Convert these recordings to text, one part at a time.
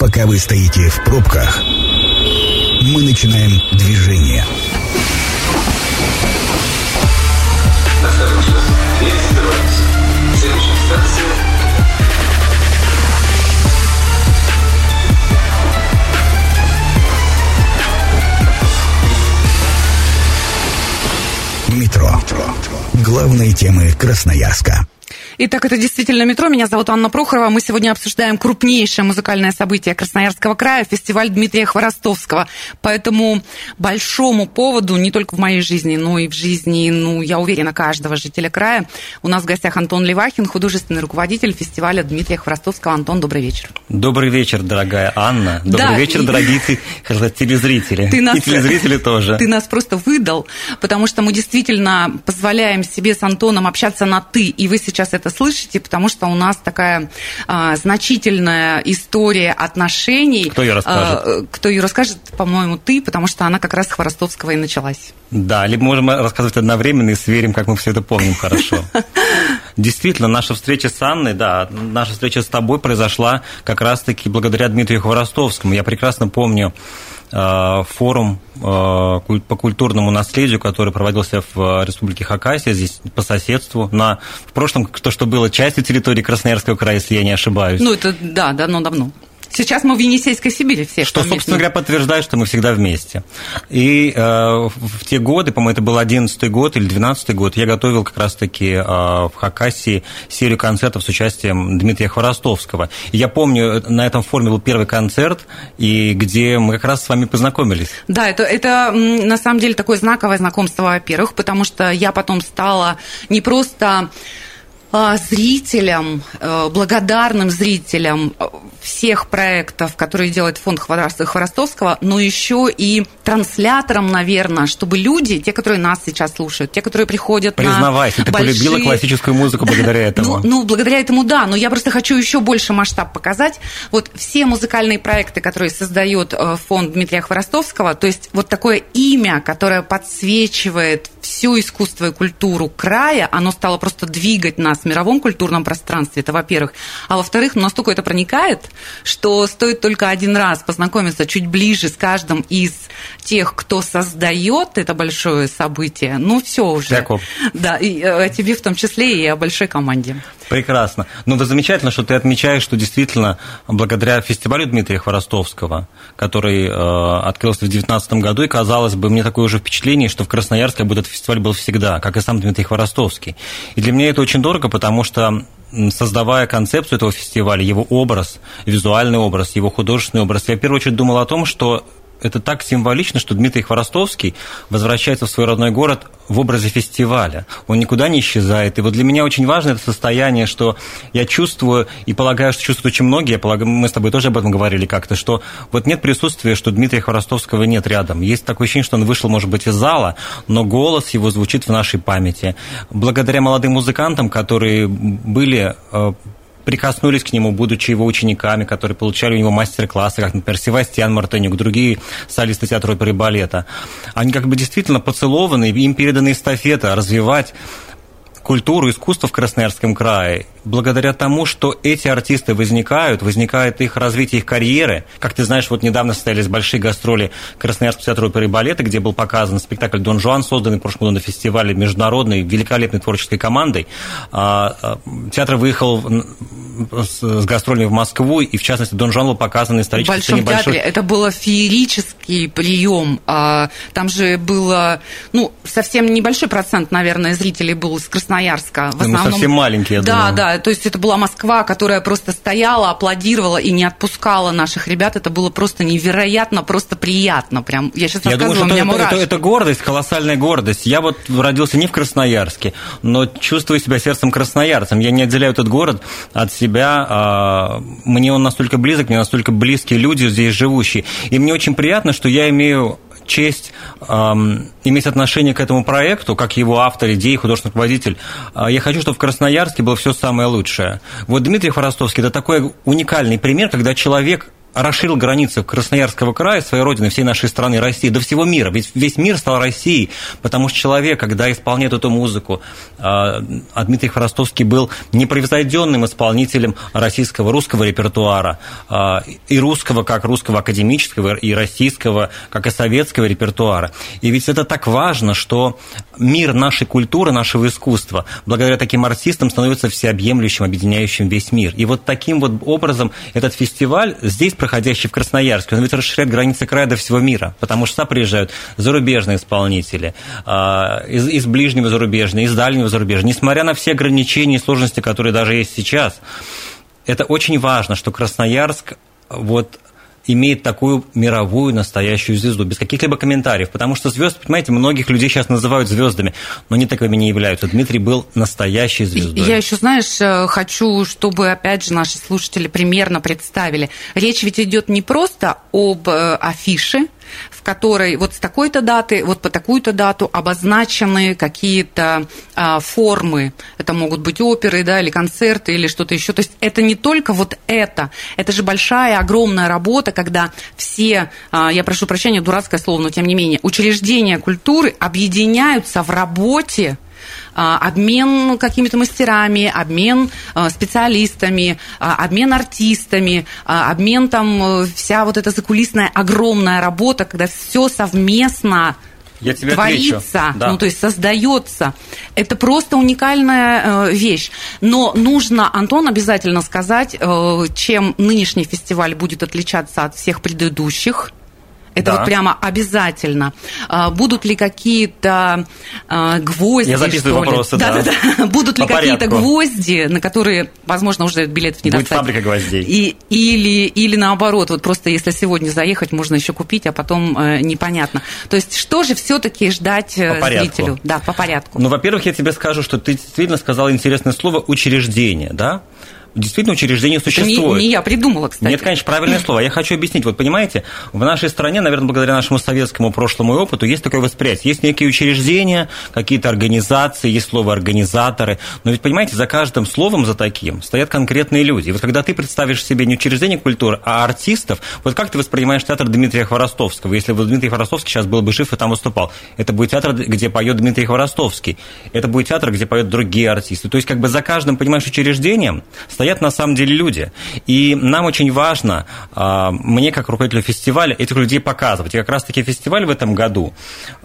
Пока вы стоите в пробках, мы начинаем движение. Осторожно, дверь закрывается. Следующая станция. Метро. Главные темы Красноярска. Итак, это действительно метро. Меня зовут Анна Прохорова. Мы сегодня обсуждаем крупнейшее музыкальное событие Красноярского края — фестиваль Дмитрия Хворостовского. По этому большому поводу, не только в моей жизни, но и в жизни, я уверена, каждого жителя края, у нас в гостях Антон Левахин, художественный руководитель фестиваля Дмитрия Хворостовского. Антон, добрый вечер. Добрый вечер, дорогая Анна. Добрый вечер, дорогие телезрители. И телезрители тоже. Ты нас просто выдал, потому что мы действительно позволяем себе с Антоном общаться на «ты», и вы сейчас это слышите, потому что у нас такая значительная история отношений. Кто ее расскажет? Кто ее расскажет, по-моему, ты, потому что она как раз с Хворостовского и началась. Да, либо можем рассказывать одновременно и сверим, как мы все это помним хорошо. Действительно, наша встреча с Анной, наша встреча с тобой произошла как раз-таки благодаря Дмитрию Хворостовскому. Я прекрасно помню форум по культурному наследию, который проводился в Республике Хакасия, здесь по соседству, в прошлом, что было частью территории Красноярского края, если я не ошибаюсь. Это, давно-давно. Сейчас мы в Енисейской Сибири все. Что, собственно говоря, подтверждает, что мы всегда вместе. И в те годы, по-моему, это был 11-й год или 12-й год, я готовил как раз-таки в Хакасии серию концертов с участием Дмитрия Хворостовского. И я помню, на этом форуме был первый концерт, и где мы как раз с вами познакомились. Да, это на самом деле такое знаковое знакомство, во-первых, потому что я потом стала не просто зрителям, благодарным зрителям всех проектов, которые делает фонд Хворостовского, но еще и транслятором, наверное, чтобы люди, те, которые нас сейчас слушают, те, которые приходят Признавайся, ты полюбила классическую музыку благодаря этому. Благодаря этому, да, но я просто хочу еще больше масштаб показать. Вот все музыкальные проекты, которые создает фонд Дмитрия Хворостовского, то есть вот такое имя, которое подсвечивает все искусство и культуру края, оно стало просто двигать нас в мировом культурном пространстве, это во-первых. А во-вторых, настолько это проникает, что стоит только один раз познакомиться чуть ближе с каждым из тех, кто создает это большое событие, все уже. Яков. Да, и о тебе в том числе, и о большой команде. Прекрасно. Это замечательно, что ты отмечаешь, что действительно благодаря фестивалю Дмитрия Хворостовского, который открылся в 2019 году, и, казалось бы, мне такое уже впечатление, что в Красноярске этот фестиваль был всегда, как и сам Дмитрий Хворостовский. И для меня это очень дорого, потому что, создавая концепцию этого фестиваля, его образ, визуальный образ, его художественный образ, я в первую очередь думал о том, что это так символично, что Дмитрий Хворостовский возвращается в свой родной город в образе фестиваля. Он никуда не исчезает. И вот для меня очень важно это состояние, что я чувствую, и полагаю, что чувствуют очень многие, мы с тобой тоже об этом говорили как-то, что вот нет присутствия, что Дмитрия Хворостовского нет рядом. Есть такое ощущение, что он вышел, может быть, из зала, но голос его звучит в нашей памяти. Благодаря молодым музыкантам, которые прикоснулись к нему, будучи его учениками, которые получали у него мастер-классы, как, например, Севастьян Мартынюк, другие солисты театра оперы и балета. Они действительно поцелованы, им переданы эстафета развивать культуру, искусство в Красноярском крае, благодаря тому, что эти артисты возникает их развитие, их карьеры. Как ты знаешь, недавно состоялись большие гастроли Красноярского театра оперы и балета, где был показан спектакль «Дон Жуан», созданный в прошлом году на фестивале международной, великолепной творческой командой. Театр выехал с гастролями в Москву, и, в частности, «Дон Жуан» был показан на исторической сцене большой... В Большом театре. Это был феерический прием. Там же было, совсем небольшой процент, наверное, зрителей был из Красноярска. В основном... совсем маленький, я думаю. Да, то есть это была Москва, которая просто стояла, аплодировала и не отпускала наших ребят. Это было просто невероятно, просто приятно. Прям, я сейчас рассказываю, у меня мурашки. Это гордость, колоссальная гордость. Я родился не в Красноярске, но чувствую себя сердцем красноярцем. Я не отделяю этот город от себя. Мне он настолько близок, мне настолько близкие люди здесь живущие. И мне очень приятно, что я имею честь иметь отношение к этому проекту, как его автор, идеи, художественный руководитель. Я хочу, чтобы в Красноярске было все самое лучшее. Вот Дмитрий Хворостовский – это такой уникальный пример, когда человек расширил границы Красноярского края, своей родины, всей нашей страны, России, до всего мира. Ведь весь мир стал Россией, потому что человек, когда исполняет эту музыку, Дмитрий Хворостовский был непревзойденным исполнителем российского, русского репертуара, и русского, как русского академического, и российского, как и советского репертуара. И ведь это так важно, что мир нашей культуры, нашего искусства, благодаря таким артистам, становится всеобъемлющим, объединяющим весь мир. И вот таким вот образом этот фестиваль здесь, проходящий в Красноярске, он ведь расширяет границы края до всего мира, потому что сюда приезжают зарубежные исполнители, из ближнего зарубежья, из дальнего зарубежья, несмотря на все ограничения и сложности, которые даже есть сейчас. Это очень важно, что Красноярск вот имеет такую мировую настоящую звезду, без каких-либо комментариев, потому что звезд, понимаете, многих людей сейчас называют звездами, но они таковыми не являются. Дмитрий был настоящей звездой. Я еще, знаешь, хочу, чтобы, опять же, наши слушатели примерно представили. Речь ведь идет не просто об афише, в которой вот с такой-то даты, вот по такую-то дату обозначены какие-то формы. Это могут быть оперы, да, или концерты, или что-то еще. То есть это не только вот это же большая, огромная работа, когда все, я прошу прощения, дурацкое слово, но тем не менее, учреждения культуры объединяются в работе, обмен какими-то мастерами, обмен специалистами, обмен артистами, обмен там, вся вот эта закулисная огромная работа, когда все совместно творится, да. Ну, то есть создается. Это просто уникальная вещь. Но нужно, Антон, обязательно сказать, чем нынешний фестиваль будет отличаться от всех предыдущих. Это вот прямо обязательно. Будут ли какие-то гвозди? Я записываю вопросы, да. Будут ли какие-то гвозди, на которые, возможно, уже билетов не достать? Будет фабрика гвоздей. Или наоборот, вот просто если сегодня заехать, можно еще купить, а потом непонятно. То есть что же все-таки ждать зрителю? Да, по порядку. Ну, во-первых, я тебе скажу, что ты действительно сказала интересное слово «учреждение», да? Действительно, учреждение существует. Не я придумала, кстати. Нет, конечно, правильное слово. Я хочу объяснить. Вот понимаете, в нашей стране, наверное, благодаря нашему советскому прошлому опыту, есть такое восприятие. Есть некие учреждения, какие-то организации, есть слово «организаторы». Но ведь, понимаете, за каждым словом, за таким, стоят конкретные люди. И вот когда ты представишь себе не учреждение культуры, а артистов, вот как ты воспринимаешь театр Дмитрия Хворостовского? Если бы Дмитрий Хворостовский сейчас был бы жив и там выступал, это будет театр, где поет Дмитрий Хворостовский. Это будет театр, где поют другие артисты. То есть как бы за каждым, понимаешь, учреждением стоят на самом деле люди. И нам очень важно, мне как руководителю фестиваля, этих людей показывать. И как раз-таки фестиваль в этом году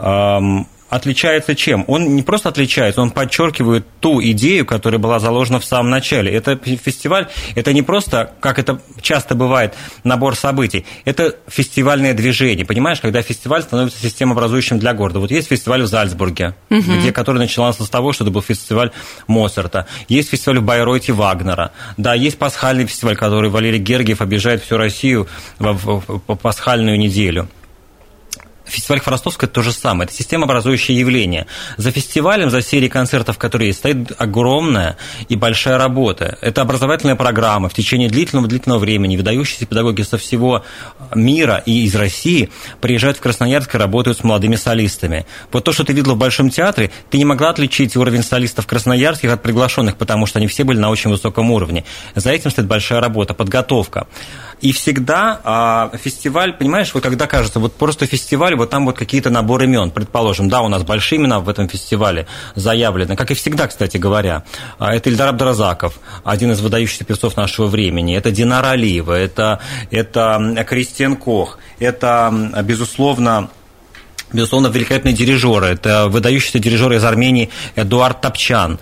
отличается чем? Он не просто отличается, он подчеркивает ту идею, которая была заложена в самом начале. Это фестиваль, это не просто, как это часто бывает, набор событий, это фестивальное движение, понимаешь, когда фестиваль становится системообразующим для города. Вот есть фестиваль в Зальцбурге, который начинался с того, что это был фестиваль Моцарта, есть фестиваль в Байройте Вагнера, да, есть пасхальный фестиваль, который Валерий Гергиев объезжает всю Россию в пасхальную неделю. Фестиваль Хворостовского – это то же самое, это системообразующее явление. За фестивалем, за серией концертов, которые есть, стоит огромная и большая работа. Это образовательная программа в течение длительного времени. Выдающиеся педагоги со всего мира и из России приезжают в Красноярск и работают с молодыми солистами. Вот то, что ты видела в Большом театре, ты не могла отличить уровень солистов красноярских от приглашенных, потому что они все были на очень высоком уровне. За этим стоит большая работа, подготовка. И всегда фестиваль, понимаешь, вот когда кажется, вот просто фестиваль, вот там вот какие-то набор имен, предположим, да, у нас большие имена в этом фестивале заявлены, как и всегда, кстати говоря. Это Ильдар Абдразаков, один из выдающихся певцов нашего времени, это Динара Алиева, это Кристиан Кох, это, безусловно, великолепные дирижеры. Это выдающийся дирижер из Армении Эдуард Топчан.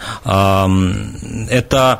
Это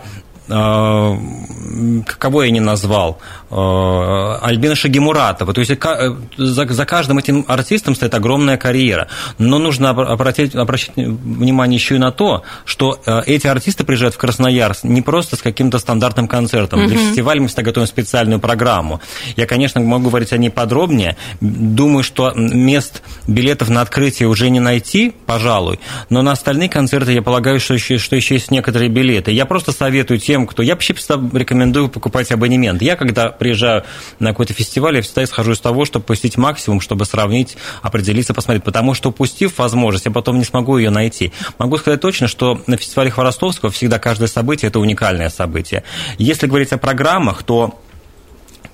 кого я не назвал, Альбина Шагимуратова. То есть за каждым этим артистом стоит огромная карьера. Но нужно обращать внимание еще и на то, что эти артисты приезжают в Красноярск не просто с каким-то стандартным концертом. Для фестиваля мы всегда готовим специальную программу. Я, конечно, могу говорить о ней подробнее. Думаю, что мест, билетов на открытие уже не найти, пожалуй. Но на остальные концерты, я полагаю, что еще есть некоторые билеты. Я просто советую тем, кто... Я вообще рекомендую покупать абонемент. Я, когда приезжаю на какой-то фестиваль, я всегда исхожу из того, чтобы посетить максимум, чтобы сравнить, определиться, посмотреть. Потому что, упустив возможность, я потом не смогу ее найти. Могу сказать точно, что на фестивале Хворостовского всегда каждое событие – это уникальное событие. Если говорить о программах, то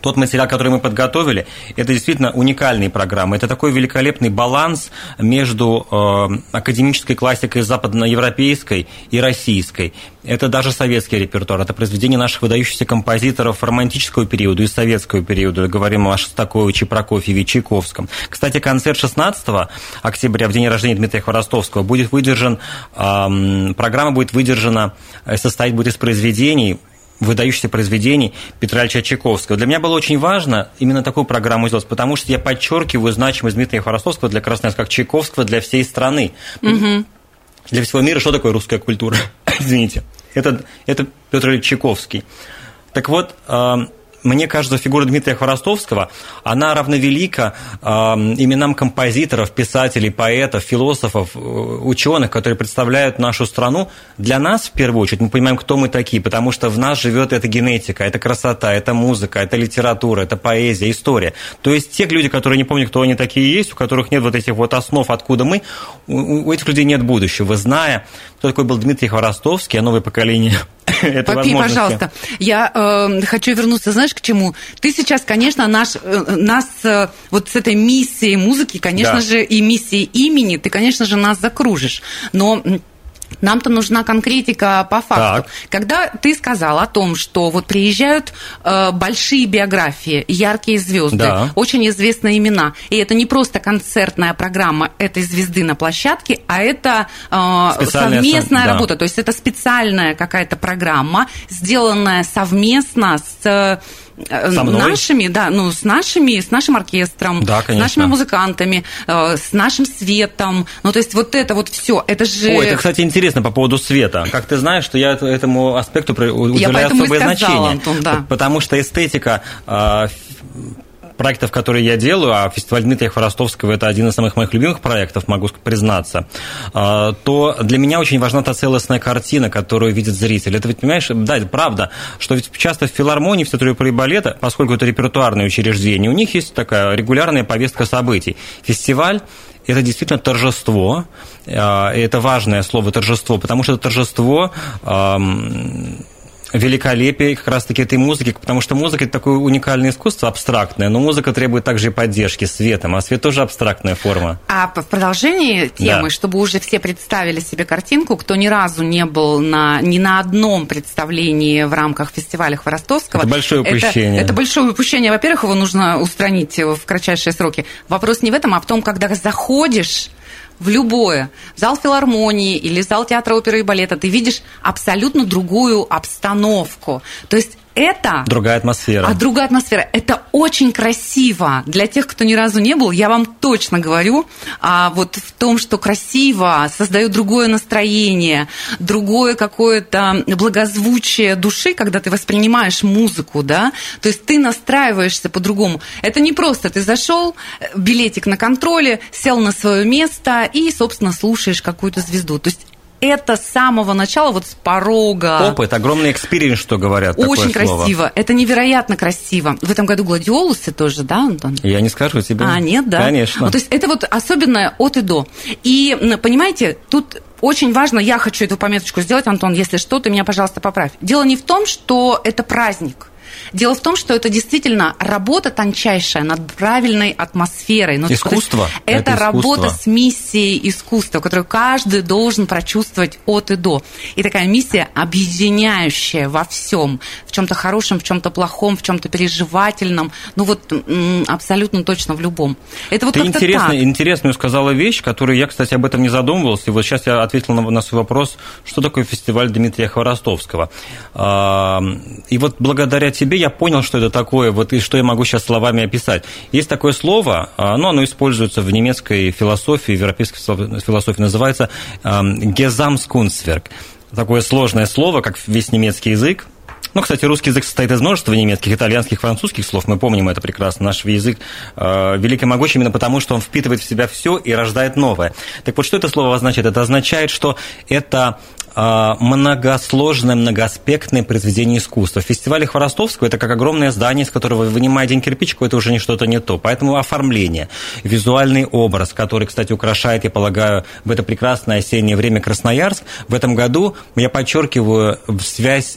Тот материал, который мы подготовили, это действительно уникальные программы. Это такой великолепный баланс между академической классикой западноевропейской и российской. Это даже советский репертуар, это произведения наших выдающихся композиторов романтического периода и советского периода. Говорим о Шостаковиче, Прокофьеве, Чайковском. Кстати, концерт 16 октября, в день рождения Дмитрия Хворостовского, будет выдержан, программа будет выдержана, состоит будет из произведений, выдающихся произведений Петра Ильича Чайковского. Для меня было очень важно именно такую программу сделать, потому что я подчеркиваю значимость Дмитрия Хворостовского для Красноярска, как Чайковского для всей страны. Для всего мира что такое русская культура? Извините. Это Петр Ильич Чайковский. Так вот, мне кажется, фигура Дмитрия Хворостовского, она равновелика именам композиторов, писателей, поэтов, философов, ученых, которые представляют нашу страну. Для нас, в первую очередь, мы понимаем, кто мы такие, потому что в нас живет эта генетика, это красота, это музыка, это литература, это поэзия, история. То есть те люди, которые не помнят, кто они такие есть, у которых нет вот этих вот основ, откуда мы, у этих людей нет будущего. Зная, кто такой был Дмитрий Хворостовский, а новое поколение... Попей, пожалуйста. Я хочу вернуться, знаешь, к чему? Ты сейчас, конечно, нас вот с этой миссией музыки, конечно же, и миссией имени, ты, конечно же, нас закружишь. Но нам-то нужна конкретика по факту. Так. Когда ты сказал о том, что вот приезжают большие биографии, яркие звезды, очень известные имена, и это не просто концертная программа этой звезды на площадке, а это совместная работа, то есть это специальная какая-то программа, сделанная совместно с нашими, с нашим оркестром, с нашими музыкантами, с нашим светом. Ну, то есть вот это вот все, это же... Ой, это, кстати, интересно по поводу света. Как ты знаешь, что я этому аспекту уделяю особое значение. Антон, потому что эстетика проектов, которые я делаю, а фестиваль Дмитрия Хворостовского – это один из самых моих любимых проектов, могу признаться, то для меня очень важна та целостная картина, которую видит зритель. Это ведь, понимаешь, да, это правда, что ведь часто в филармонии, в театре оперы и балета, поскольку это репертуарное учреждение, у них есть такая регулярная повестка событий. Фестиваль – это действительно торжество, и это важное слово «торжество», потому что это торжество великолепие как раз-таки этой музыки, потому что музыка – это такое уникальное искусство, абстрактное, но музыка требует также и поддержки светом, а свет тоже абстрактная форма. А в продолжении темы, чтобы уже все представили себе картинку, кто ни разу не был ни на одном представлении в рамках фестиваля Хворостовского. Это большое упущение. Это большое упущение. Во-первых, его нужно устранить в кратчайшие сроки. Вопрос не в этом, а в том, когда заходишь в любое, в зал филармонии или зал театра оперы и балета, ты видишь абсолютно другую обстановку. То есть это... Другая атмосфера. Другая атмосфера. Это очень красиво. Для тех, кто ни разу не был, я вам точно говорю вот в том, что красиво, создает другое настроение, другое какое-то благозвучие души, когда ты воспринимаешь музыку, да, то есть ты настраиваешься по-другому. Это не просто ты зашел, билетик на контроле, сел на свое место и, собственно, слушаешь какую-то звезду. То есть это с самого начала, вот с порога. Опыт, огромный экспириенс, что говорят. Очень такое красиво. Слово. Это невероятно красиво. В этом году гладиолусы тоже, да, Антон? Я не скажу тебе. Нет, да? Конечно. То есть это вот особенное от и до. И, понимаете, тут очень важно, я хочу эту пометочку сделать, Антон, если что, ты меня, пожалуйста, поправь. Дело не в том, что это праздник. Дело в том, что это действительно работа тончайшая над правильной атмосферой. Искусство. Это работа с миссией искусства, которую каждый должен прочувствовать от и до. И такая миссия, объединяющая во всем, в чем-то хорошем, в чем-то плохом, в чем-то переживательном, абсолютно точно в любом. Это вот ты интересную сказала вещь, которую я, кстати, об этом не задумывался. И вот сейчас я ответил на свой вопрос, что такое фестиваль Дмитрия Хворостовского. И вот благодаря тебе я понял, что это такое, вот и что я могу сейчас словами описать. Есть такое слово, оно используется в немецкой философии, в европейской философии, называется Gesamtkunstwerk. Такое сложное слово, как весь немецкий язык. Кстати, русский язык состоит из множества немецких, итальянских, французских слов. Мы помним это прекрасно. Наш язык велик и могуч именно потому, что он впитывает в себя все и рождает новое. Так вот, что это слово означает? Это означает, что это многосложное, многоаспектное произведение искусства. В фестивале Хворостовского это как огромное здание, из которого, вынимая один кирпичик, это уже что-то не то. Поэтому оформление, визуальный образ, который, кстати, украшает, я полагаю, в это прекрасное осеннее время Красноярск, в этом году я подчеркиваю связь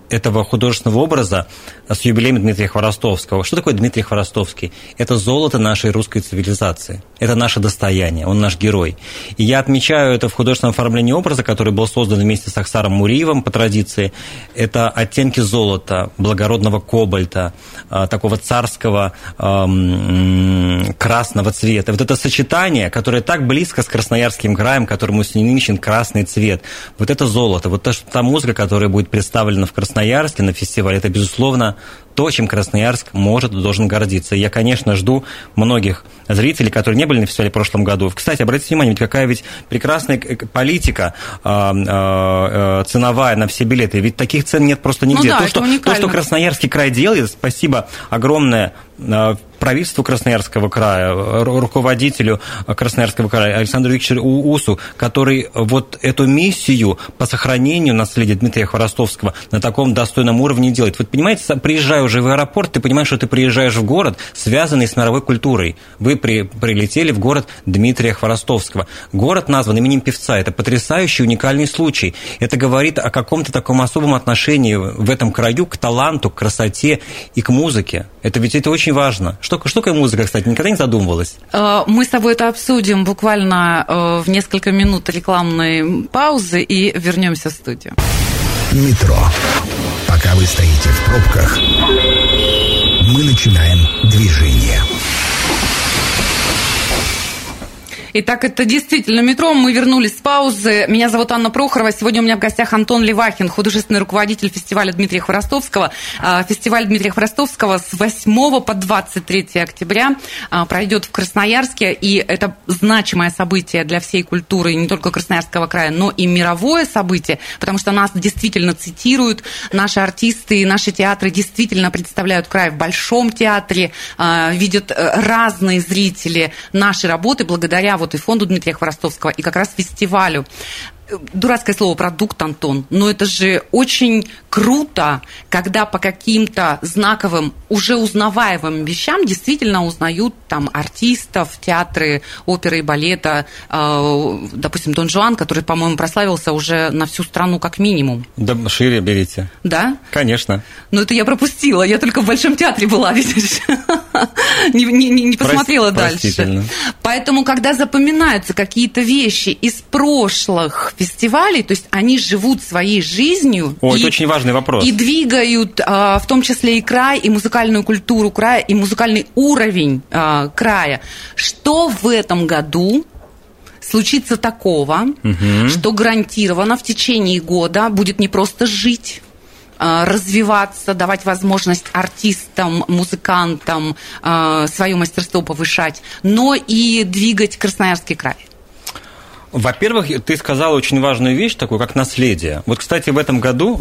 этого художественного образа с юбилеем Дмитрия Хворостовского. Что такое Дмитрий Хворостовский? Это золото нашей русской цивилизации. Это наше достояние, он наш герой. И я отмечаю это в художественном оформлении образа, который был создан вместе с Ахсаром Муриевым по традиции. Это оттенки золота, благородного кобальта, такого царского красного цвета. Вот это сочетание, которое так близко с Красноярским краем, которому синонимичен красный цвет. Вот это золото, вот та музыка, которая будет представлена в Красноярске на фестивале, это, безусловно, то, чем Красноярск может и должен гордиться. И я, конечно, жду многих зрителей, которые не были на фестивале в прошлом году. Кстати, обратите внимание, ведь какая ведь прекрасная политика ценовая на все билеты. Ведь таких цен нет просто нигде. Ну да, то, что Красноярский край делает, спасибо огромное правительству Красноярского края, руководителю Красноярского края Александру Викторовичу Усу, который вот эту миссию по сохранению наследия Дмитрия Хворостовского на таком достойном уровне делает. Вот понимаете, приезжая уже в аэропорт, ты понимаешь, что ты приезжаешь в город, связанный с мировой культурой. Вы прилетели в город Дмитрия Хворостовского. Город назван именем певца. Это потрясающий, уникальный случай. Это говорит о каком-то таком особом отношении в этом краю к таланту, к красоте и к музыке. Это ведь это очень важно. Что такое музыка, кстати, никогда не задумывалась? Мы с тобой это обсудим буквально в несколько минут рекламной паузы и вернемся в студию. Метро. Пока вы стоите в пробках, мы начинаем движение. Итак, это действительно метро. Мы вернулись с паузы. Меня зовут Анна Прохорова. Сегодня у меня в гостях Антон Левахин, художественный руководитель фестиваля Дмитрия Хворостовского. Фестиваль Дмитрия Хворостовского с 8 по 23 октября пройдет в Красноярске. И это значимое событие для всей культуры не только Красноярского края, но и мировое событие, потому что нас действительно цитируют. Наши артисты и наши театры действительно представляют край в Большом театре. Видят разные зрители наши работы благодаря вот и фонду Дмитрия Хворостовского, и как раз фестивалю. Дурацкое слово «продукт», Антон, но это же очень круто, когда по каким-то знаковым, уже узнаваемым вещам действительно узнают там артистов, театры, оперы и балета, допустим, Дон Жуан, который, по-моему, прославился уже на всю страну как минимум. Да, шире берите. Да? Конечно. Но это я пропустила, я только в Большом театре была, видишь, не посмотрела дальше. Поэтому, когда запоминаются какие-то вещи из прошлых фестивалей, то есть они живут своей жизнью. Это очень важный вопрос. И двигают в том числе и край, и музыкальную культуру края, и музыкальный уровень края. Что в этом году случится такого, что гарантированно в течение года будет не просто жить, развиваться, давать возможность артистам, музыкантам свое мастерство повышать, но и двигать Красноярский край? Во-первых, ты сказала очень важную вещь, такую как наследие. Вот, кстати, в этом году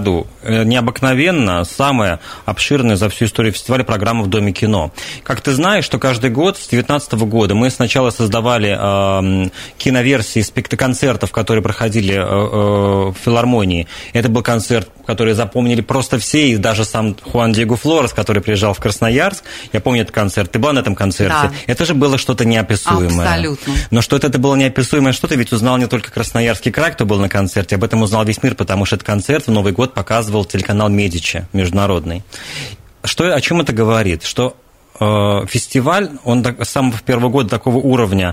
необыкновенно самая обширная за всю историю фестиваля программа в Доме кино. Как ты знаешь, что каждый год с 2019 года мы сначала создавали киноверсии концертов, которые проходили в филармонии. Это был концерт, который запомнили просто все, и даже сам Хуан Диего Флорес, который приезжал в Красноярск. Я помню этот концерт. Ты была на этом концерте? Да. Это же было что-то неописуемое. Абсолютно. Но что это было неописуемое, что-то ведь узнал не только Красноярский край, кто был на концерте, об этом узнал весь мир, потому что этот концерт в Новый год показывал телеканал «Медичи» международный. О чем это говорит? Что фестиваль, он с самого первого года такого уровня,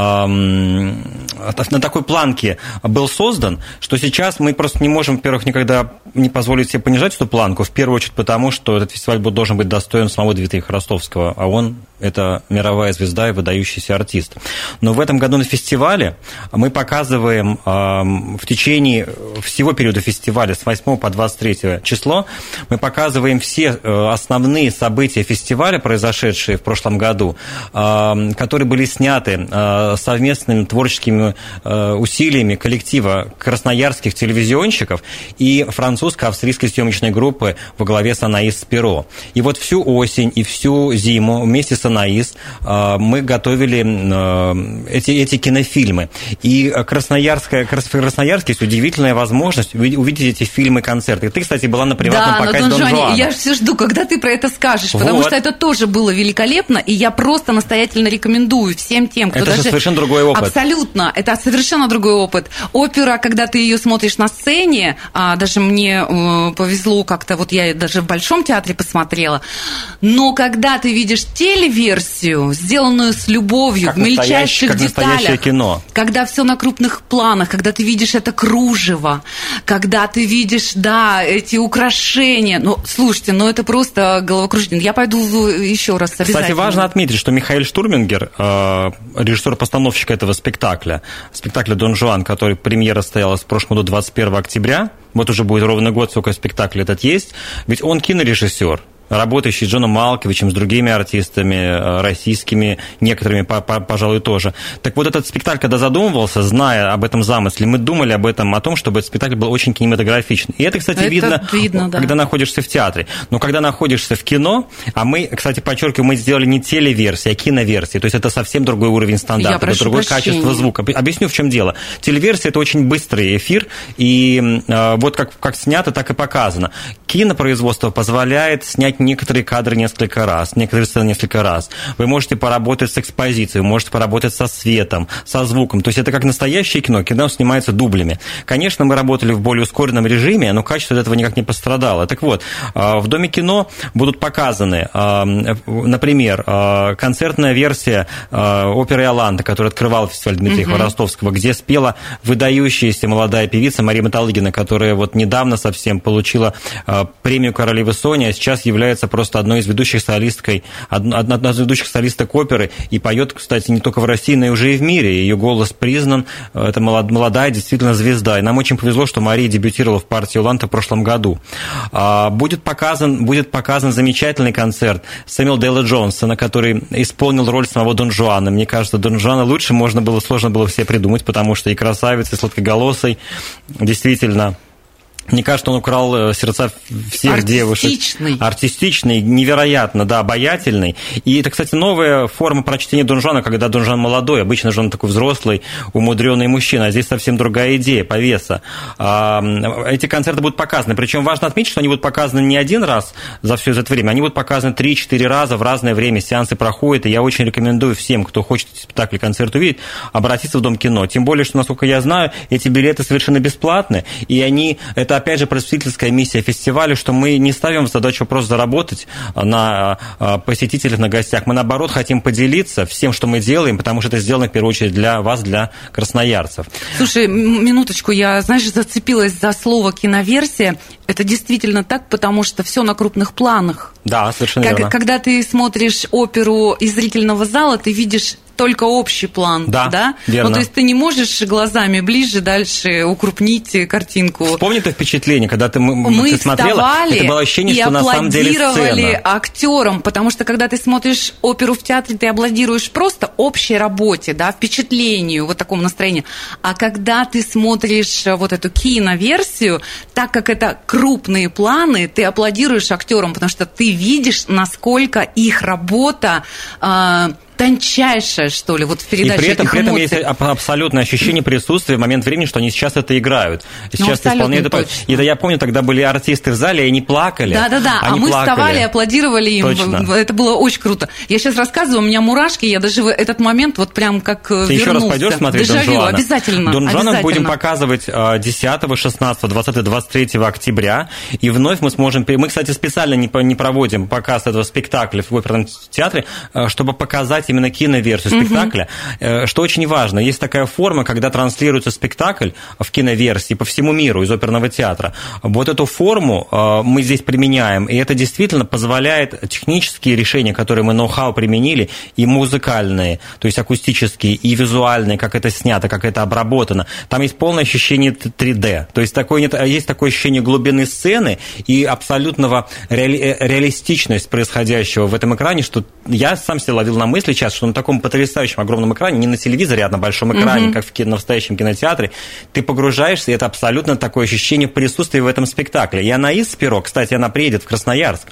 на такой планке был создан, что сейчас мы просто не можем, во-первых, никогда не позволить себе понижать эту планку, в первую очередь потому, что этот фестиваль должен быть достоин самого Дмитрия Хворостовского, а он – это мировая звезда и выдающийся артист. Но в этом году на фестивале мы показываем в течение всего периода фестиваля с 8 по 23 число, мы показываем все основные события фестиваля, произошедшие в прошлом году, которые были сняты совместными творческими усилиями коллектива красноярских телевизионщиков и французско-австрийской съемочной группы во главе с Анаис Спиро. И вот всю осень и всю зиму вместе с Анаис мы готовили эти кинофильмы. И в Красноярске есть удивительная возможность увидеть эти фильмы-концерты. Ты, кстати, была на приватном показе Дон Жуана. Я все жду, когда ты про это скажешь, потому что это тоже был было великолепно, и я просто настоятельно рекомендую всем тем, кто это даже... же совершенно другой опыт. Абсолютно, это совершенно другой опыт. Опера, когда ты ее смотришь на сцене, даже мне повезло как-то, вот я даже в Большом театре посмотрела, но когда ты видишь телеверсию, сделанную с любовью, как в мельчайших деталях, кино. Когда все на крупных планах, когда ты видишь это кружево, когда ты видишь, да, эти украшения, ну, слушайте, ну это просто головокружение. Я пойду еще раз обязательно. Кстати, важно отметить, что Михаэль Штурмингер, режиссер-постановщик этого спектакля «Дон Жуан», который премьера состоялась в прошлом году 21 октября, вот уже будет ровно год, сколько спектакль этот есть, ведь он кинорежиссер, работающий с Джоном Малковичем, с другими артистами, российскими, некоторыми, пожалуй, тоже. Так вот, этот спектакль, когда задумывался, зная об этом замысле, мы думали об этом, о том, чтобы этот спектакль был очень кинематографичный. И это, кстати, видно, когда находишься в театре. Но когда находишься в кино, а мы, кстати, подчеркиваю, мы сделали не телеверсии, а киноверсии, то есть это совсем другой уровень стандарта, это другое качество звука. Объясню, в чем дело. Телеверсия – это очень быстрый эфир, и вот как снято, так и показано. Кинопроизводство позволяет снять некоторые кадры несколько раз, некоторые сцены несколько раз. Вы можете поработать с экспозицией, вы можете поработать со светом, со звуком. То есть это как настоящее кино. Кино снимается дублями. Конечно, мы работали в более ускоренном режиме, но качество от этого никак не пострадало. Так вот, в Доме кино будут показаны, например, концертная версия оперы «Иоланта», которая открывала фестиваль Дмитрия Хворостовского, где спела выдающаяся молодая певица Мария Маталыгина, которая вот недавно совсем получила премию королевы Сони, а сейчас является просто одной из ведущих солисток оперы и поет, кстати, не только в России, но и уже и в мире. Ее голос признан. Это молодая действительно звезда. И нам очень повезло, что Мария дебютировала в партии «Иоланта» в прошлом году. Будет показан замечательный концерт Сэмюэла Дейла Джонсона, который исполнил роль самого Дон Жуана. Мне кажется, Дон Жуана сложно было все придумать, потому что и красавец, и сладкоголосый, действительно... Мне кажется, он украл сердца всех девушек. Артистичный, невероятно, да, обаятельный. И это, кстати, новая форма прочтения Дон Жуана, когда Дон Жуан молодой. Обычно же он такой взрослый, умудренный мужчина. А здесь совсем другая идея, повеса. Эти концерты будут показаны. Причем важно отметить, что они будут показаны не один раз за все это время. Они будут показаны 3-4 раза в разное время. Сеансы проходят. И я очень рекомендую всем, кто хочет эти спектакли, концерт увидеть, обратиться в Дом кино. Тем более, что, насколько я знаю, эти билеты совершенно бесплатны. И это опять же просветительская миссия фестиваля, что мы не ставим в задачу просто заработать на посетителях, на гостях. Мы, наоборот, хотим поделиться всем, что мы делаем, потому что это сделано, в первую очередь, для вас, для красноярцев. Слушай, минуточку, я, зацепилась за слово «киноверсия». Это действительно так, потому что все на крупных планах. Да, совершенно верно. Когда ты смотришь оперу из зрительного зала, ты видишь только общий план, да? Верно. Ну, то есть ты не можешь глазами ближе, дальше укрупнить картинку. Вспомни это впечатление, когда ты смотрела, это было ощущение, что на самом деле сцена. Мы аплодировали актерам, потому что когда ты смотришь оперу в театре, ты аплодируешь просто общей работе, да, впечатлению, вот такому настроению. А когда ты смотришь вот эту киноверсию, так как это крупные планы, ты аплодируешь актерам, потому что ты видишь, насколько их работа тончайшая, что ли, вот в передаче. И при этом есть абсолютное ощущение присутствия в момент времени, что они сейчас это играют. Сейчас исполняют это. И я помню, тогда были артисты в зале, и они плакали. Да-да-да, а мы вставали, аплодировали им. Точно. Это было очень круто. Я сейчас рассказываю, у меня мурашки, я даже в этот момент вот прям как вернулся. Ты еще раз пойдешь смотреть Дон Жуана? Обязательно. Дон Жуана будем показывать 10, 16, 20, 23 октября. И вновь мы сможем... Мы, кстати, специально не проводим показ этого спектакля в оперном театре, чтобы показать именно киноверсию спектакля, что очень важно. Есть такая форма, когда транслируется спектакль в киноверсии по всему миру из оперного театра. Вот эту форму мы здесь применяем, и это действительно позволяет технические решения, которые мы ноу-хау применили, и музыкальные, то есть акустические, и визуальные, как это снято, как это обработано. Там есть полное ощущение 3D. То есть есть такое ощущение глубины сцены и абсолютного реалистичности происходящего в этом экране, что я сам себя ловил на мысли, что на таком потрясающем огромном экране, не на телевизоре, а на большом экране, как в настоящем кинотеатре, ты погружаешься, и это абсолютно такое ощущение присутствия в этом спектакле. И Анаис Спиро, кстати, она приедет в Красноярск,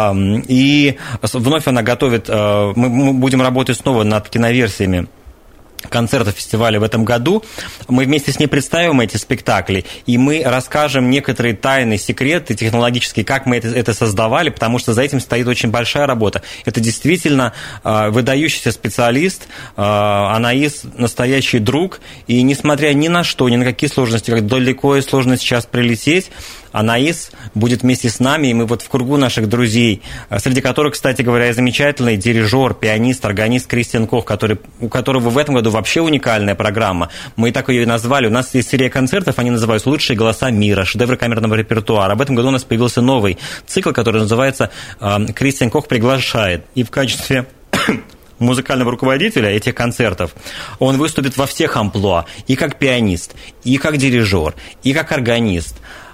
и вновь она готовит, мы будем работать снова над киноверсиями концертов фестиваля в этом году. Мы вместе с ней представим эти спектакли, и мы расскажем некоторые тайны, секреты технологические, как мы это создавали, потому что за этим стоит очень большая работа. Это действительно выдающийся специалист, Анаис настоящий друг, и несмотря ни на что, ни на какие сложности, как далеко и сложно сейчас прилететь, Анаис будет вместе с нами, и мы вот в кругу наших друзей, среди которых, кстати говоря, и замечательный дирижер, пианист, органист Кристиан Кох, у которого в этом году вообще уникальная программа. Мы так ее и назвали. У нас есть серия концертов, они называются «Лучшие голоса мира», шедевры камерного репертуара. В этом году у нас появился новый цикл, который называется «Кристиан Кох приглашает». И в качестве музыкального руководителя этих концертов он выступит во всех амплуа, и как пианист, и как дирижер, и как органист,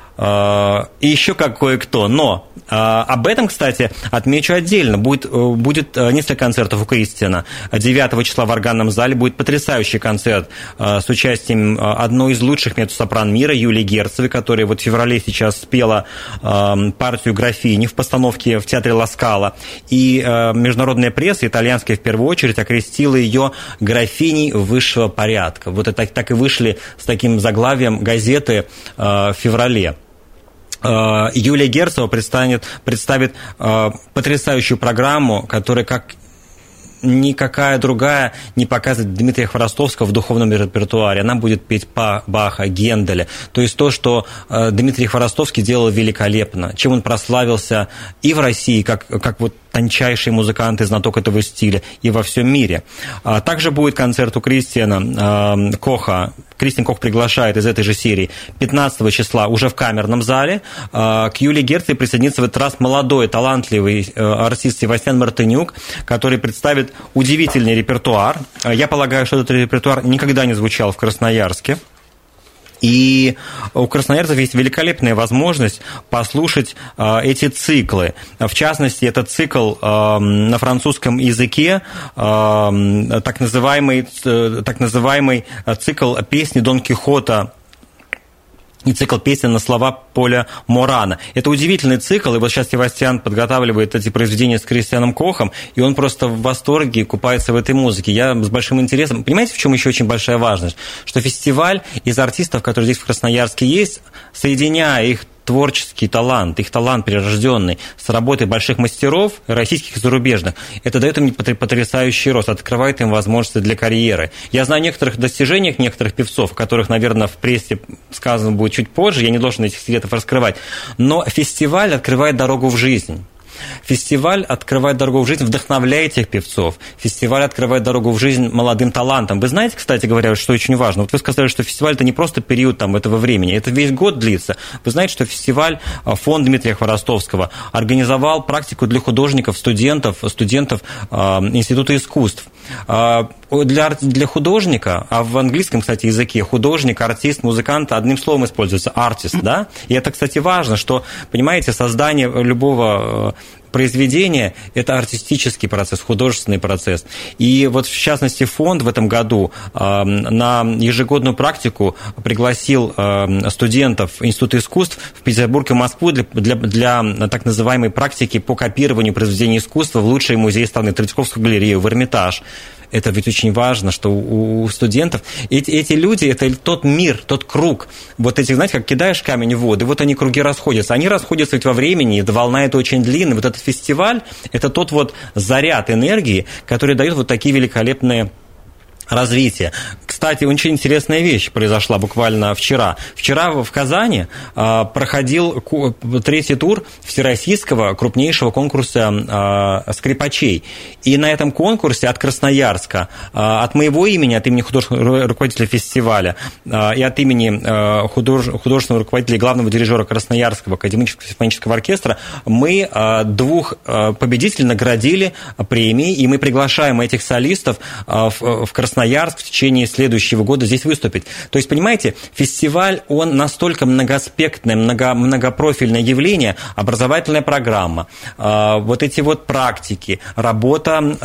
и еще как кое-кто. Но об этом, кстати, отмечу отдельно. Будет несколько концертов у Кристиана. 9 числа в органном зале будет потрясающий концерт с участием одной из лучших меццо-сопран мира, Юлии Герцевой, которая вот в феврале сейчас спела партию графини в постановке в театре Ла Скала. И международная пресса, итальянская в первую очередь, окрестила ее графиней высшего порядка. Вот это так и вышли с таким заглавием газеты в феврале. Юлия Герцева представит потрясающую программу, которая как никакая другая не показывает Дмитрия Хворостовского в духовном репертуаре. Она будет петь Баха, Генделя. То есть то, что Дмитрий Хворостовский делал великолепно, чем он прославился и в России, как вот тончайший музыкант и знаток этого стиля, и во всем мире. Также будет концерт у Кристиана Коха. Кристиан Кох приглашает из этой же серии 15 числа уже в камерном зале. К Юлии Герцевой присоединится в этот раз молодой, талантливый артист Севастьян Мартынюк, который представит удивительный репертуар. Я полагаю, что этот репертуар никогда не звучал в Красноярске. И у красноярцев есть великолепная возможность послушать эти циклы. В частности, это цикл на французском языке, так называемый цикл песни Дон Кихота и цикл песен на слова Поля Морана. Это удивительный цикл, и вот сейчас Севастьян подготавливает эти произведения с Кристианом Кохом, и он просто в восторге купается в этой музыке. Я с большим интересом... Понимаете, в чем еще очень большая важность? Что фестиваль из артистов, которые здесь в Красноярске есть, соединяя их творческий талант, их талант прирожденный с работой больших мастеров, российских и зарубежных, это дает им потрясающий рост, открывает им возможности для карьеры. Я знаю о некоторых достижениях некоторых певцов, о которых, наверное, в прессе сказано будет чуть позже, я не должен этих секретов раскрывать, но фестиваль открывает дорогу в жизнь. Фестиваль открывает дорогу в жизнь, вдохновляет этих певцов. Фестиваль открывает дорогу в жизнь молодым талантам. Вы знаете, кстати говоря, что очень важно? Вот вы сказали, что фестиваль – это не просто период этого времени, это весь год длится. Вы знаете, что фестиваль, фонд Дмитрия Хворостовского организовал практику для художников, студентов Института искусств. Для художника, а в английском, кстати, языке художник, артист, музыкант одним словом используется – артист, да? И это, кстати, важно, что, понимаете, создание любого произведение – это артистический процесс, художественный процесс. И вот, в частности, фонд в этом году на ежегодную практику пригласил студентов Института искусств в Петербург и Москву для так называемой практики по копированию произведений искусства в лучшие музеи страны, Третьяковскую галерею, в Эрмитаж. Это ведь очень важно, что у студентов эти люди, это тот мир, тот круг. Вот эти, знаете, как кидаешь камень в воду, и вот они круги расходятся. Они расходятся ведь во времени, и волна эта очень длинная. Вот этот фестиваль – это тот вот заряд энергии, который дает вот такие великолепные развития. Кстати, очень интересная вещь произошла буквально вчера. Вчера в Казани проходил третий тур всероссийского крупнейшего конкурса скрипачей. И на этом конкурсе от Красноярска, от моего имени, от имени художественного руководителя фестиваля и от имени художественного руководителя и главного дирижера Красноярского академического симфонического оркестра мы двух победителей наградили премией, и мы приглашаем этих солистов в Красноярск в течение следующего года здесь выступить. То есть, понимаете, фестиваль, он настолько многоаспектное, многопрофильное явление, образовательная программа, вот эти вот практики, работа с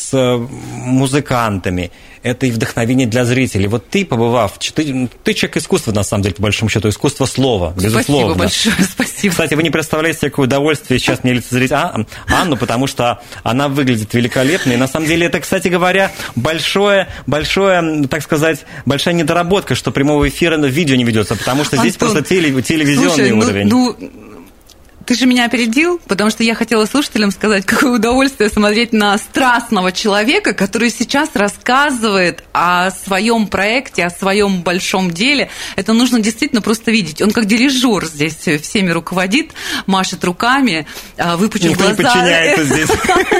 с музыкантами, это и вдохновение для зрителей. Вот ты, побывав, ты человек искусства, на самом деле, по большому счету, искусство слова, безусловно. Спасибо большое, спасибо. Кстати, вы не представляете, какое удовольствие сейчас мне лицезреть Анну, потому что она выглядит великолепно. И на самом деле это, кстати говоря, большая, так сказать, большая недоработка, что прямого эфира видео не ведется, потому что здесь просто телевизионный уровень. Ты же меня опередил, потому что я хотела слушателям сказать, какое удовольствие смотреть на страстного человека, который сейчас рассказывает о своем проекте, о своем большом деле. Это нужно действительно просто видеть. Он как дирижер здесь всеми руководит, машет руками, выпучив глаза. Никто не подчиняется здесь.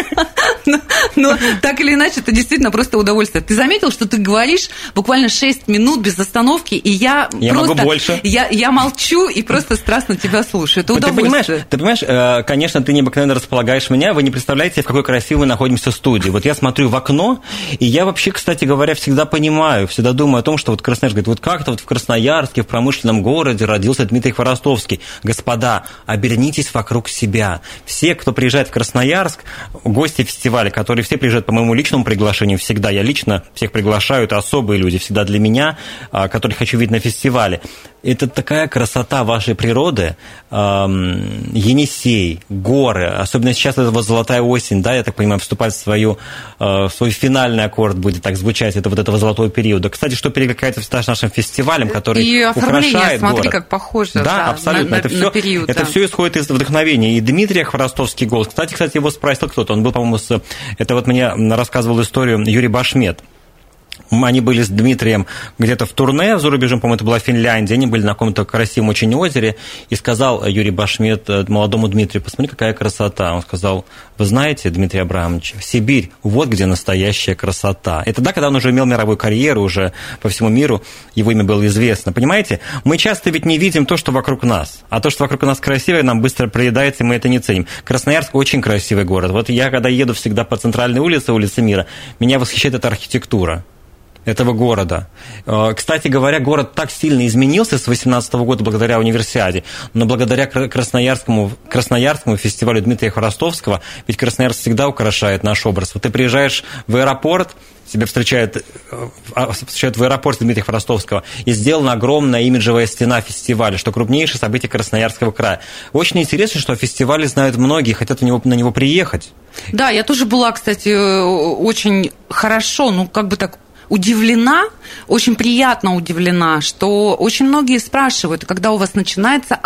Но так или иначе, это действительно просто удовольствие. Ты заметил, что ты говоришь буквально 6 минут без остановки, и я могу больше. Я молчу и просто страстно тебя слушаю. Это удовольствие. Ты понимаешь, конечно, ты необыкновенно располагаешь меня, вы не представляете, в какой красивой мы находимся студии. Вот я смотрю в окно, и я вообще, кстати говоря, всегда понимаю, всегда думаю о том, что вот Красноярск говорит, вот как-то вот в Красноярске, в промышленном городе родился Дмитрий Хворостовский. Господа, обернитесь вокруг себя. Все, кто приезжает в Красноярск, гости фестиваля, которые все приезжают по моему личному приглашению, всегда, я лично всех приглашаю, это особые люди, всегда для меня, которых хочу видеть на фестивале. Это такая красота вашей природы, Енисей, горы, особенно сейчас это вот золотая осень, да, я так понимаю, вступать в свой финальный аккорд будет так звучать, это вот этого золотого периода. Кстати, что перекликается с нашим фестивалем, который и украшает город. Смотри, как похоже. Да, абсолютно. На период. Это все исходит из вдохновения. И Дмитрий Хворостовский голос. Кстати, его спросил кто-то. Он был, по-моему, это вот мне рассказывал историю Юрий Башмет. Они были с Дмитрием где-то в турне за рубежом, по-моему, это была Финляндия, они были на каком-то красивом очень озере, и сказал Юрий Башмет молодому Дмитрию, посмотри, какая красота. Он сказал, вы знаете, Дмитрий Абрамович, Сибирь, вот где настоящая красота. Это да, когда он уже имел мировую карьеру, уже по всему миру его имя было известно. Понимаете, мы часто ведь не видим то, что вокруг нас, а то, что вокруг нас красивое, нам быстро проедается, и мы это не ценим. Красноярск очень красивый город. Вот я, когда еду всегда по центральной улице Мира, меня восхищает эта архитектура этого города. Кстати говоря, город так сильно изменился с 2018 года благодаря универсиаде, но благодаря Красноярскому фестивалю Дмитрия Хворостовского, ведь Красноярск всегда украшает наш образ. Вот ты приезжаешь в аэропорт, тебя встречают в аэропорте Дмитрия Хворостовского, и сделана огромная имиджевая стена фестиваля, что крупнейшее событие Красноярского края. Очень интересно, что о фестивале знают многие, хотят на него приехать. Да, я тоже была, кстати, очень хорошо, удивлена, очень приятно удивлена, что очень многие спрашивают, когда у вас начинается,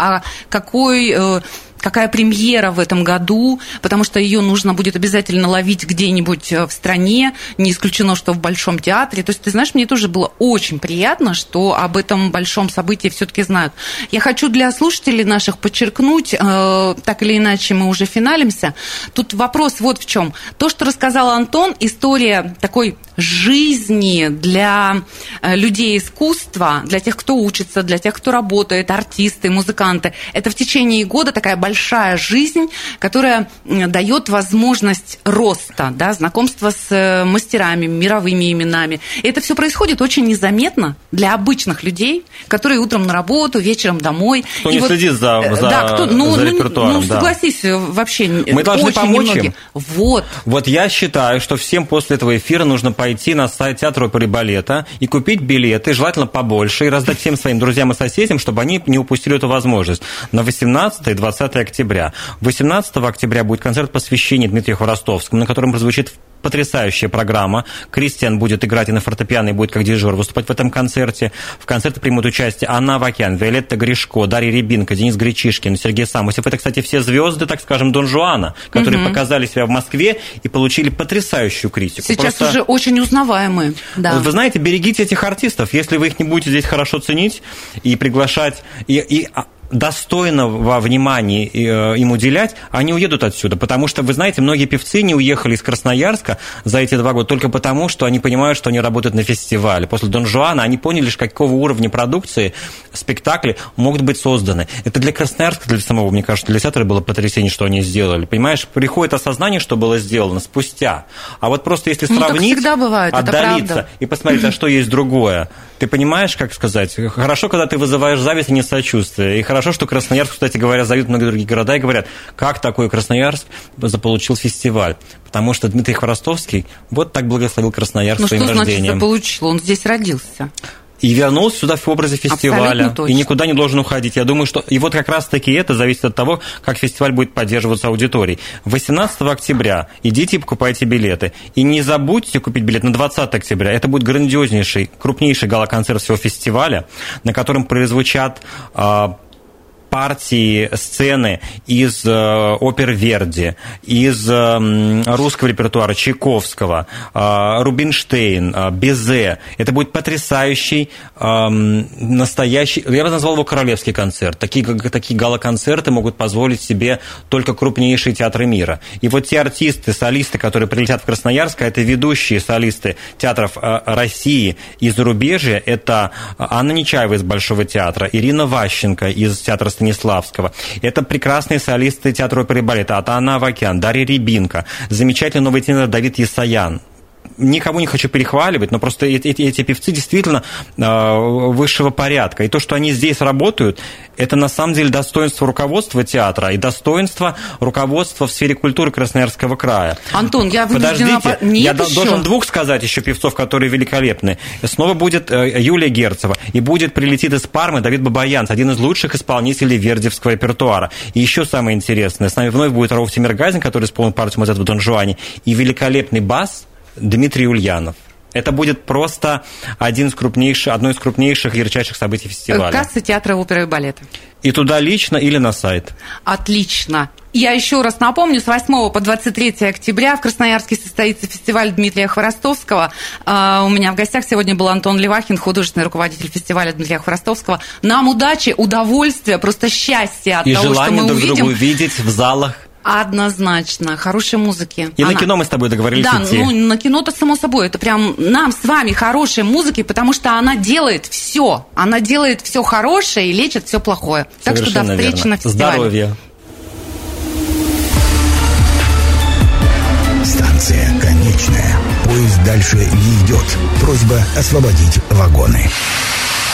какая премьера в этом году, потому что ее нужно будет обязательно ловить где-нибудь в стране, не исключено, что в Большом театре. То есть, ты знаешь, мне тоже было очень приятно, что об этом большом событии все-таки знают. Я хочу для слушателей наших подчеркнуть, так или иначе мы уже финалимся, тут вопрос вот в чем. То, что рассказал Антон, история такой жизни для людей искусства, для тех, кто учится, для тех, кто работает, артисты, музыканты. Это в течение года такая большая жизнь, которая дает возможность роста, да, знакомства с мастерами, мировыми именами. И это все происходит очень незаметно для обычных людей, которые утром на работу, вечером домой. Кто не следит за репертуаром. Согласись, вообще мы должны помочь им. Вот я считаю, что всем после этого эфира нужно пойти на сайт Театра оперы и балета и купить билеты, желательно побольше, и раздать всем своим друзьям и соседям, чтобы они не упустили эту возможность. На 18 и 20 октября. 18 октября будет концерт посвящения Дмитрию Хворостовскому, на котором прозвучит потрясающая программа. Кристиан будет играть и на фортепиано, и будет как дирижер выступать в этом концерте. В концерте примут участие Анна Авакян, Виолетта Гришко, Дарья Рябинко, Денис Гречишкин, Сергей Самусев. Это, кстати, все звезды, так скажем, Дон Жуана, которые показали себя в Москве и получили потрясающую критику. Сейчас уже очень узнаваемые. Да. Вы знаете, берегите этих артистов. Если вы их не будете здесь хорошо ценить и приглашать, и достойного внимания им уделять, они уедут отсюда. Потому что, вы знаете, многие певцы не уехали из Красноярска за эти 2 года только потому, что они понимают, что они работают на фестивале. После Дон Жуана они поняли, какого уровня продукции спектакли могут быть созданы. Это для Красноярска, для самого, мне кажется, для театра было потрясение, что они сделали. Понимаешь, приходит осознание, что было сделано спустя. А вот просто если сравнить, бывает, отдалиться и посмотреть, а что есть другое. ты понимаешь, как сказать, хорошо, когда ты вызываешь зависть, а не сочувствие. И хорошо, что Красноярск, кстати говоря, зовут многие другие города и говорят, как такой Красноярск заполучил фестиваль. Потому что Дмитрий Хворостовский вот так благословил Красноярск своим рождением. Что значит заполучил? Он здесь родился. И вернулся сюда в образе фестиваля. И никуда не должен уходить. Я думаю, что... И вот как раз-таки это зависит от того, как фестиваль будет поддерживаться аудиторией. 18 октября идите и покупайте билеты. И не забудьте купить билет на 20 октября. Это будет грандиознейший, крупнейший гала-концерт всего фестиваля, на котором прозвучат партии, сцены из опер Верди, из русского репертуара Чайковского, Рубинштейн, Бизе. Это будет потрясающий, настоящий, я бы назвал его королевский концерт. Такие гала-концерты могут позволить себе только крупнейшие театры мира. И вот те артисты, солисты, которые прилетят в Красноярск, это ведущие солисты театров России и зарубежья. Это Анна Нечаева из Большого театра, Ирина Ващенко из театра Станиславского. Это прекрасные солисты театра оперы и балета Атана Авакян, Дарья Рябинка, замечательный новый тенор Давид Есаян. Никого не хочу перехваливать, но просто эти певцы действительно высшего порядка. И то, что они здесь работают, это на самом деле достоинство руководства театра и достоинство руководства в сфере культуры Красноярского края. Антон, я вынуждена... Я должен двух сказать еще певцов, которые великолепны. Снова будет Юлия Герцева, и прилетит из Пармы Давид Бабаянц, один из лучших исполнителей вердиевского репертуара. И еще самое интересное, с нами вновь будет Рауф Тимиргазин, который исполнит партию Мазет в Дон Жуане, и великолепный бас Дмитрий Ульянов. Это будет просто одно из крупнейших ярчайших событий фестиваля. Касса театра оперы и балета. И туда лично или на сайт. Отлично. Я еще раз напомню, с 8 по 23 октября в Красноярске состоится фестиваль Дмитрия Хворостовского. У меня в гостях сегодня был Антон Левахин, художественный руководитель фестиваля Дмитрия Хворостовского. Нам удачи, удовольствия, просто счастья от того, что мы увидим. И желание друг друга увидеть в залах. Однозначно, хорошей музыки. И на кино мы с тобой договорились идти. Да, на кино-то само собой. Это прям нам с вами хорошей музыки, потому что она делает все. Она делает все хорошее и лечит все плохое. Так что до встречи на фестивале. Здоровья. Станция конечная. Поезд дальше не идет. Просьба освободить вагоны.